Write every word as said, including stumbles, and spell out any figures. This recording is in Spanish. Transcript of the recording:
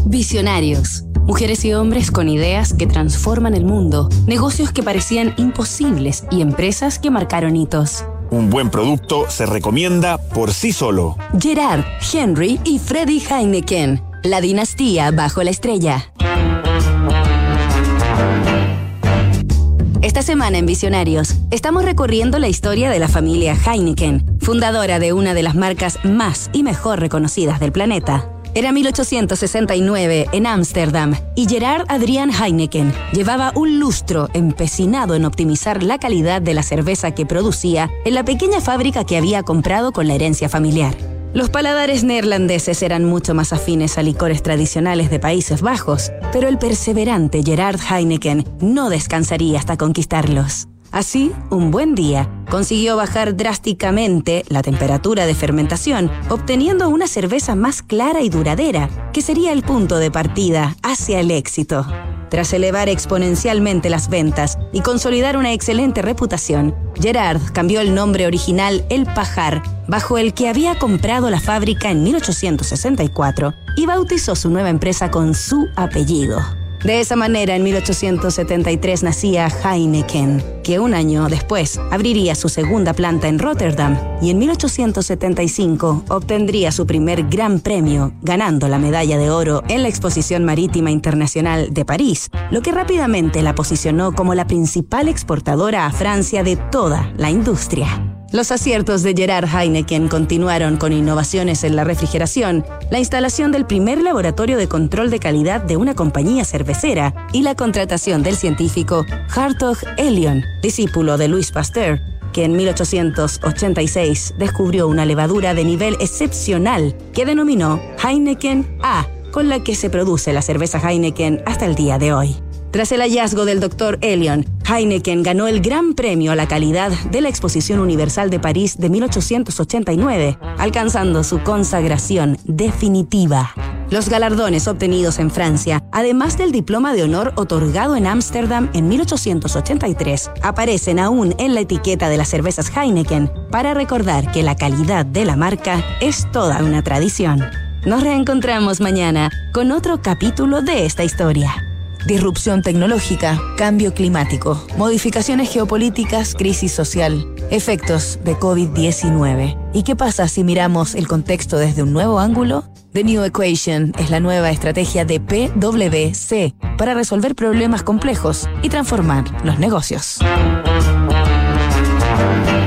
Visionarios. Mujeres y hombres con ideas que transforman el mundo, negocios que parecían imposibles y empresas que marcaron hitos. Un buen producto se recomienda por sí solo. Gerard, Henry y Freddy Heineken. La dinastía bajo la estrella. Esta semana en Visionarios, estamos recorriendo la historia de la familia Heineken, fundadora de una de las marcas más y mejor reconocidas del planeta. Era mil ochocientos sesenta y nueve en Ámsterdam y Gerard Adriaan Heineken llevaba un lustro empecinado en optimizar la calidad de la cerveza que producía en la pequeña fábrica que había comprado con la herencia familiar. Los paladares neerlandeses eran mucho más afines a licores tradicionales de Países Bajos, pero el perseverante Gerard Heineken no descansaría hasta conquistarlos. Así, un buen día, consiguió bajar drásticamente la temperatura de fermentación, obteniendo una cerveza más clara y duradera, que sería el punto de partida hacia el éxito. Tras elevar exponencialmente las ventas y consolidar una excelente reputación, Gerard cambió el nombre original El Pajar, bajo el que había comprado la fábrica en mil ochocientos sesenta y cuatro, y bautizó su nueva empresa con su apellido. De esa manera, en mil ochocientos setenta y tres nacía Heineken, que un año después abriría su segunda planta en Rotterdam y en mil ochocientos setenta y cinco obtendría su primer gran premio, ganando la medalla de oro en la Exposición Marítima Internacional de París, lo que rápidamente la posicionó como la principal exportadora a Francia de toda la industria. Los aciertos de Gerard Heineken continuaron con innovaciones en la refrigeración, la instalación del primer laboratorio de control de calidad de una compañía cervecera y la contratación del científico Hartog Elion, discípulo de Louis Pasteur, que en mil ochocientos ochenta y seis descubrió una levadura de nivel excepcional que denominó Heineken A, con la que se produce la cerveza Heineken hasta el día de hoy. Tras el hallazgo del doctor Elion, Heineken ganó el Gran Premio a la Calidad de la Exposición Universal de París de mil ochocientos ochenta y nueve, alcanzando su consagración definitiva. Los galardones obtenidos en Francia, además del diploma de honor otorgado en Ámsterdam en mil ochocientos ochenta y tres, aparecen aún en la etiqueta de las cervezas Heineken para recordar que la calidad de la marca es toda una tradición. Nos reencontramos mañana con otro capítulo de esta historia. Disrupción tecnológica, cambio climático, modificaciones geopolíticas, crisis social, efectos de covid diecinueve. ¿Y qué pasa si miramos el contexto desde un nuevo ángulo? The New Equation es la nueva estrategia de P W C para resolver problemas complejos y transformar los negocios.